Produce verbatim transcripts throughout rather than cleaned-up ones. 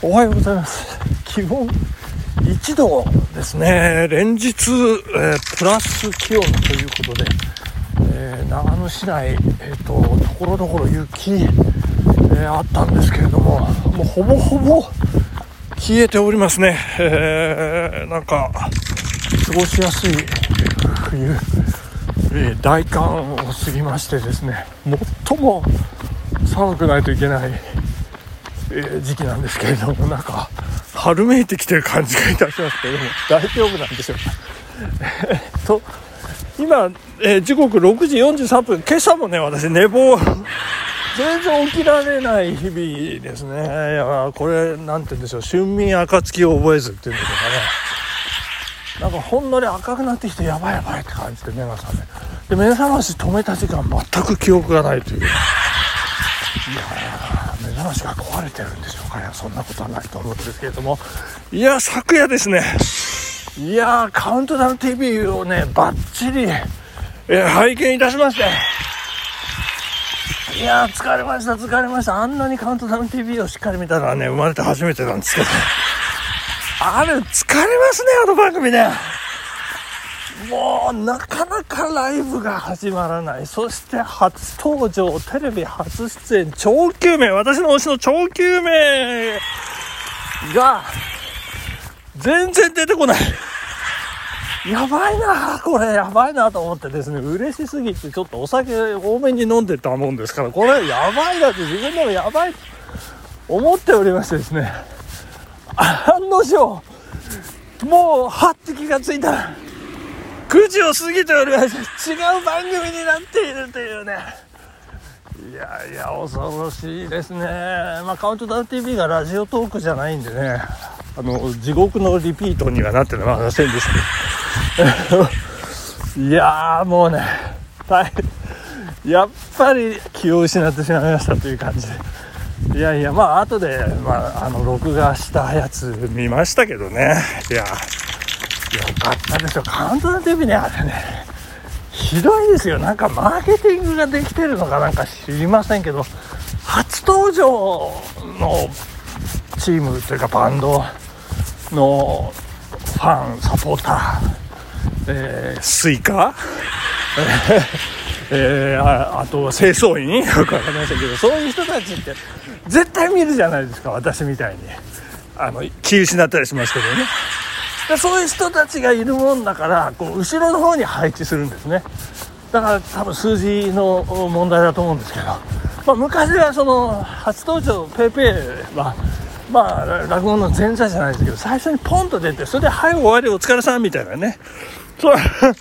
おはようございます。気温いちどですね。連日、えー、プラス気温ということで、えー、長野市内、えー、とところどころ雪、えー、あったんですけれども、もうほぼほぼ冷えておりますね。えー、なんか過ごしやすい冬、えー、大寒を過ぎましてですね、最も寒くないといけない、えー、時期なんですけれども、なんか春めいてきてる感じがいたしますけれども、大丈夫なんでしょうか。えっと今、えー、時刻ろくじよんじゅうさんぷん、今朝もね、私寝坊全然起きられない日々ですね。いや、これなんて言うんでしょう、春眠暁を覚えずっていうんでしょうかね。なんかほんのり赤くなってきて、やばいやばいって感じで目が覚めで、目覚まし止めた時間全く記憶がないという。いやー、目覚ましが壊れてるんでしょうかね。そんなことはないと思うんですけれども、いや、昨夜ですね、いやー、カウントダウン ティーブイ をねバッチリ、えー、拝見いたしまして、いやー、疲れました疲れました。あんなにカウントダウン ティーブイ をしっかり見たのはね、生まれて初めてなんですけど、あれ疲れますね、あの番組ね。もうなかなかライブが始まらない。そして初登場、テレビ初出演、超救命、私の推しの超救命が全然出てこない。やばいな、これやばいなと思ってですね、嬉しすぎてちょっとお酒多めに飲んでたもんですから、これやばいなって自分でもやばいと思っておりましてですね、案の定もうはって気がついたらくじを過ぎておりまして、違う番組になっているというね。いやいや、恐ろしいですね。まあカウントダウン ティーブイ がラジオトークじゃないんでね、あの地獄のリピートにはなってるのはませんでしたいやー、もうね、大変、やっぱり気を失ってしまいましたという感じで、いやいや、まあ後で、まあ、あの録画したやつ見ましたけどね、いやよかったですよ。カウントダウン ティーブイ ね、あれねひどいですよ。なんかマーケティングができてるのかなんか知りませんけど、初登場のチームというかバンドのファンサポーター、えー、スイカえー、あ, あと清掃員よくわかりましたけど、そういう人たちって絶対見るじゃないですか。私みたいにあの気失ったりしますけどね。でそういう人たちがいるもんだから、こう後ろの方に配置するんですね。だから多分数字の問題だと思うんですけど、まあ、昔はその初登場ペイペイはまあ落語の前座じゃないですけど、最初にポンと出て、それではい終わりお疲れさんみたいなね、そう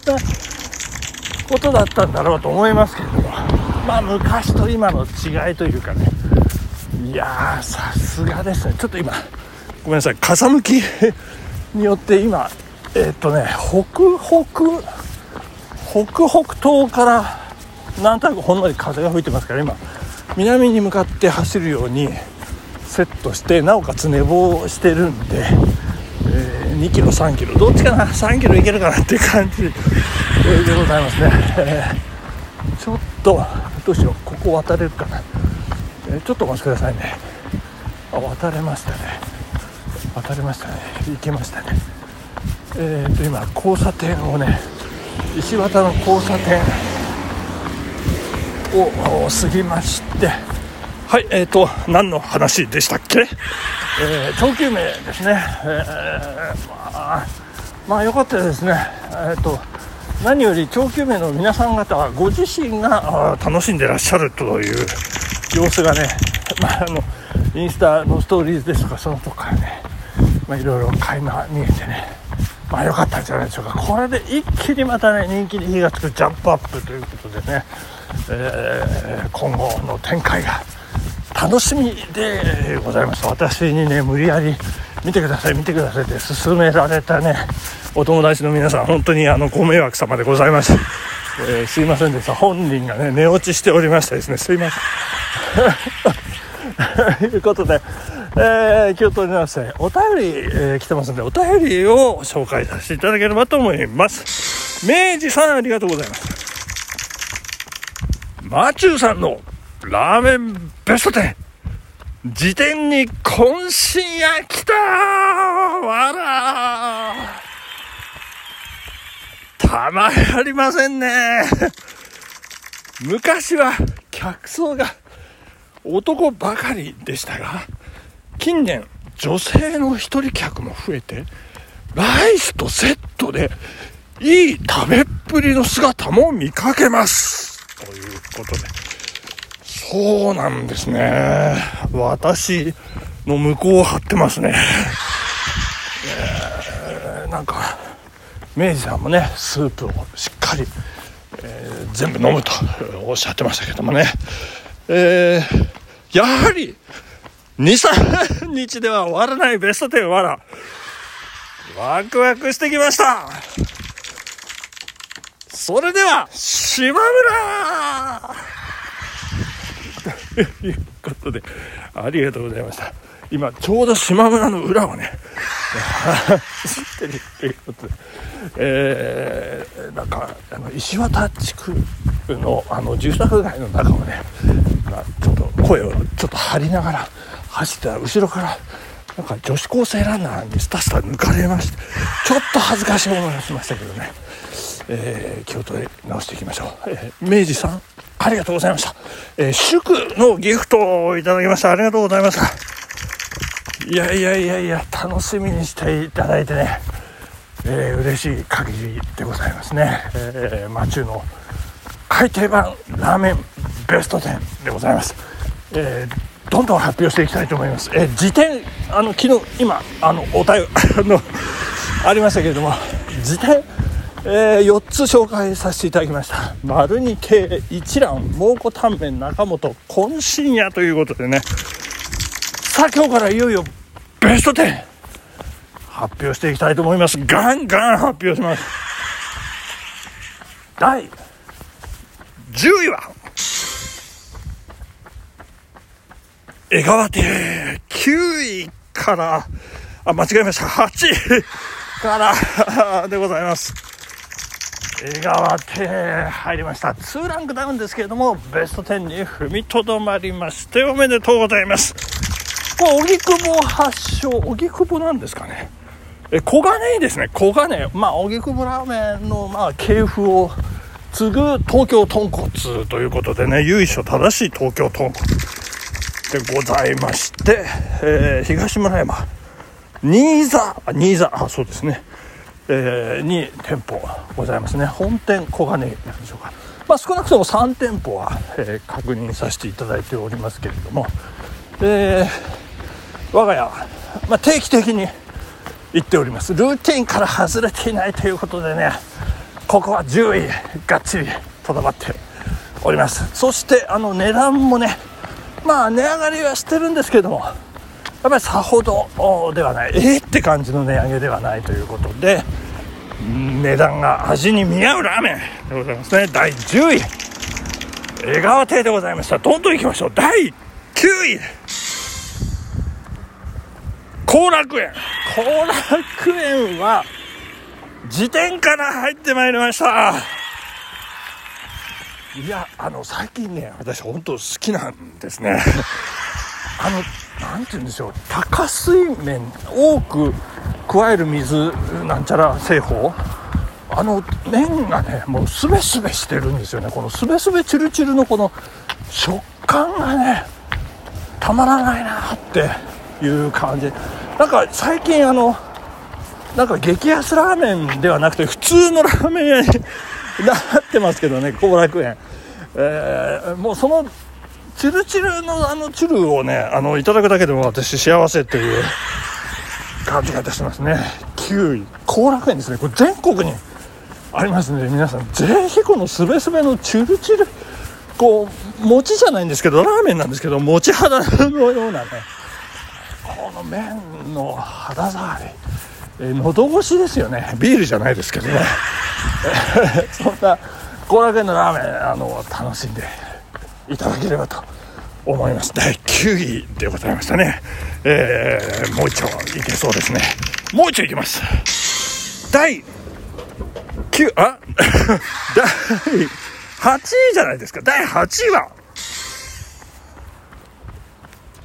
ことだったんだろうと思いますけれども、まあ昔と今の違いというかね、いやー、さすがですね。ちょっと今ごめんなさい、風向きによって今えー、っとね北北北北東からなんとなくほんのり風が吹いてますから、今南に向かって走るようにセットして、なおかつ寝坊してるんで、えー、にキロさんキロどっちかな、さんキロいけるかなっていう感じでございますね。えー、ちょっとどうしよう、ここ渡れるかな、えー、ちょっとお待ちくださいね。あ、渡れましたね渡れましたね行けましたね。えーと今交差点をね、石渡の交差点を過ぎまして、はい、えーと何の話でしたっけ。えー、超救命ですね。えー、まあまあ良かったですね。えーと何より超救命の皆さん方はご自身が楽しんでらっしゃるという様子がね、まあ、あのインスタのストーリーズですとかそのとこからね、まあ、いろいろ垣間見えてね、まあ良かったんじゃないでしょうか。これで一気にまたね人気に火がつくジャンプアップということでね、えー、今後の展開が楽しみでございます。私にね無理やり見てください見てくださいって勧められたねお友達の皆さん、本当にあのご迷惑様でございます。えー、すいませんでした。本人がね寝落ちしておりましたですね、すいませんということで、えー、気を取り直してお便り、えー、来てますので、お便りを紹介させていただければと思います。明治さん、ありがとうございます。マチューさんのラーメンベストテン辞典に渾身や来たーわらーたまりありませんね。昔は客層が男ばかりでしたが、近年女性の一人客も増えて、ライスとセットでいい食べっぷりの姿も見かけますということで、そうなんですね。私の向こうを張ってますね。えー、なんか明治さんもね、スープをしっかり、えー、全部飲むとおっしゃってましたけどもね、えー、やはり にさんにちでは終わらないベストテンわら、ワクワクしてきました。それでは島村ということで、ありがとうございました。今ちょうど島村の裏をね走ってるということで、えー、なんかあの石渡地区のあの住宅街の中をね、まあ、ちょっと声をちょっと張りながら走ってたら、後ろからなんか女子高生ランナーにスタスタ抜かれまして、ちょっと恥ずかしい思いをしましたけどね、えー、気を取り直していきましょう。えー、明治さんありがとうございました。えー、祝のギフトをいただきました。ありがとうございました。いやいやいやいや、楽しみにしていただいてね、えー、嬉しい限りでございますね。えー、マチュの改訂版ラーメンベストテンでございます。えー、どんどん発表していきたいと思います。えー、辞典、あの昨日今あのお便りのありましたけれども、辞典、えー、よっつ紹介させていただきました。丸二系一蘭蒙古タンメン中本渾身屋ということでね、さあ今日からいよいよベストテン発表していきたいと思います。ガンガン発表します。だいじゅういは江川亭。きゅういからあ間違えました、はちいからでございます。江川亭入りました。にランクダウンですけれどもベストテンに踏みとどまりましておめでとうございます。これ荻窪発祥、荻窪なんですかね。え小金井ですね。小金井、まあ荻窪ラーメンのまあ系譜を継ぐ東京豚骨ということでね、由緒正しい東京豚骨でございまして、えー、東村山新座新座あそうですね、えー、に店舗ございますね。本店小金井なんでしょうか。まあ少なくともさん店舗は、えー、確認させていただいておりますけれども、えー、我が家、まあ、定期的に行っております。ルーティンから外れていないということでね、ここはじゅういがっちりとどまっております。そしてあの値段もね、まあ値上がりはしてるんですけども、やっぱりさほどではない、えーって感じの値上げではないということで、値段が味に見合うラーメンでございますね。だいじゅうい江川亭でございました。どんどんいきましょう。だいきゅうい後楽園。後楽園は辞典から入ってまいりました。いやあの最近ね、私本当好きなんですね。あのなんて言うんでしょう、多加水麺多く加える水なんちゃら製法、あの麺がねもうすべすべしてるんですよね。このすべすべチュルチュルのこの食感がねたまらないなっていう感じ。なんか最近あのなんか激安ラーメンではなくて普通のラーメン屋になってますけどね、後楽園、えー、もうそのチュルチュルのあのチュルをねあのいただくだけでも私幸せという感じがいたしますね。きゅうい後楽園ですね。これ全国にありますので、皆さんぜひこのすべすべのチュルチュル、こう餅じゃないんですけどラーメンなんですけど餅肌のようなね、この麺の肌触り、えー、喉越しですよね。ビールじゃないですけどねそんな後楽園のラーメンあの楽しんでいただければと思います。だいきゅういでございましたね。えー、もう一丁いけそうですね。もう一丁いきます。だいきゅうあだいはちいじゃないですか。だいはちいは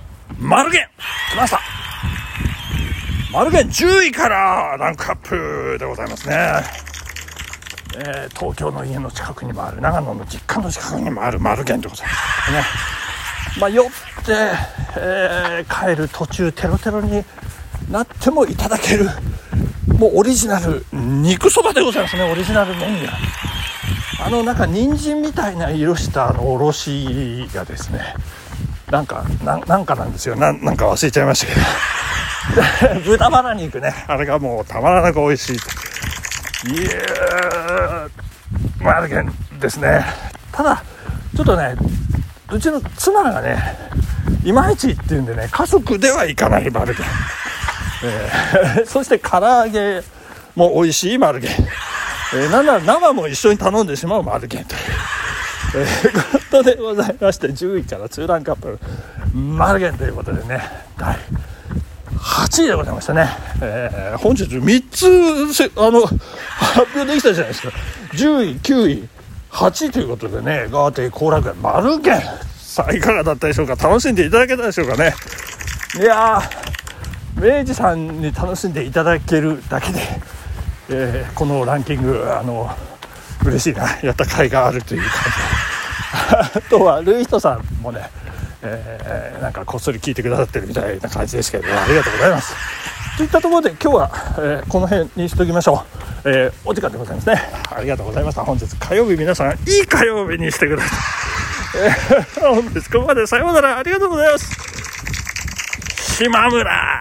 マルゲン来ました。マルゲンじゅういからランクアップでございますね。えー、東京の家の近くにもある、長野の実家の近くにもあるマルゲンでございますね。まあ、酔って、えー、帰る途中テロテロになってもいただける、もうオリジナル肉そばでございますね。オリジナルメニュー、あのなんか人参みたいな色したあのおろしがですね、なんか な, なんかなんですよ な, なんか忘れちゃいましたけど豚バラ肉ね、あれがもうたまらなく美味しいというマルゲンですね。ただちょっとね、うちの妻がねいまいちっていうんでね、家族では行かないマルゲン、えー、そして唐揚げも美味しいマルゲン、えー、なんなら生も一緒に頼んでしまうマルゲンという、えー、ことでございまして、じゅういからにランクアップマルゲンということでね、だいはちいでございましたね。えー、本日みっつあの発表できたじゃないですか。じゅうい、きゅうい、はちいということでね、ガーテイ後楽園マルゲン、さあいかがだったでしょうか。楽しんでいただけたでしょうかね。いやー、明治さんに楽しんでいただけるだけで、えー、このランキングあの嬉しいな、やった甲斐があるという感じあとはルイヒトさんもね、えー、なんかこっそり聞いてくださってるみたいな感じですけど、ありがとうございますといったところで、今日は、えー、この辺にしておきましょう。えー、お時間でございますね。ありがとうございました。本日火曜日、皆さんいい火曜日にしてください。えー、本日ここまでさようなら、ありがとうございます。島村。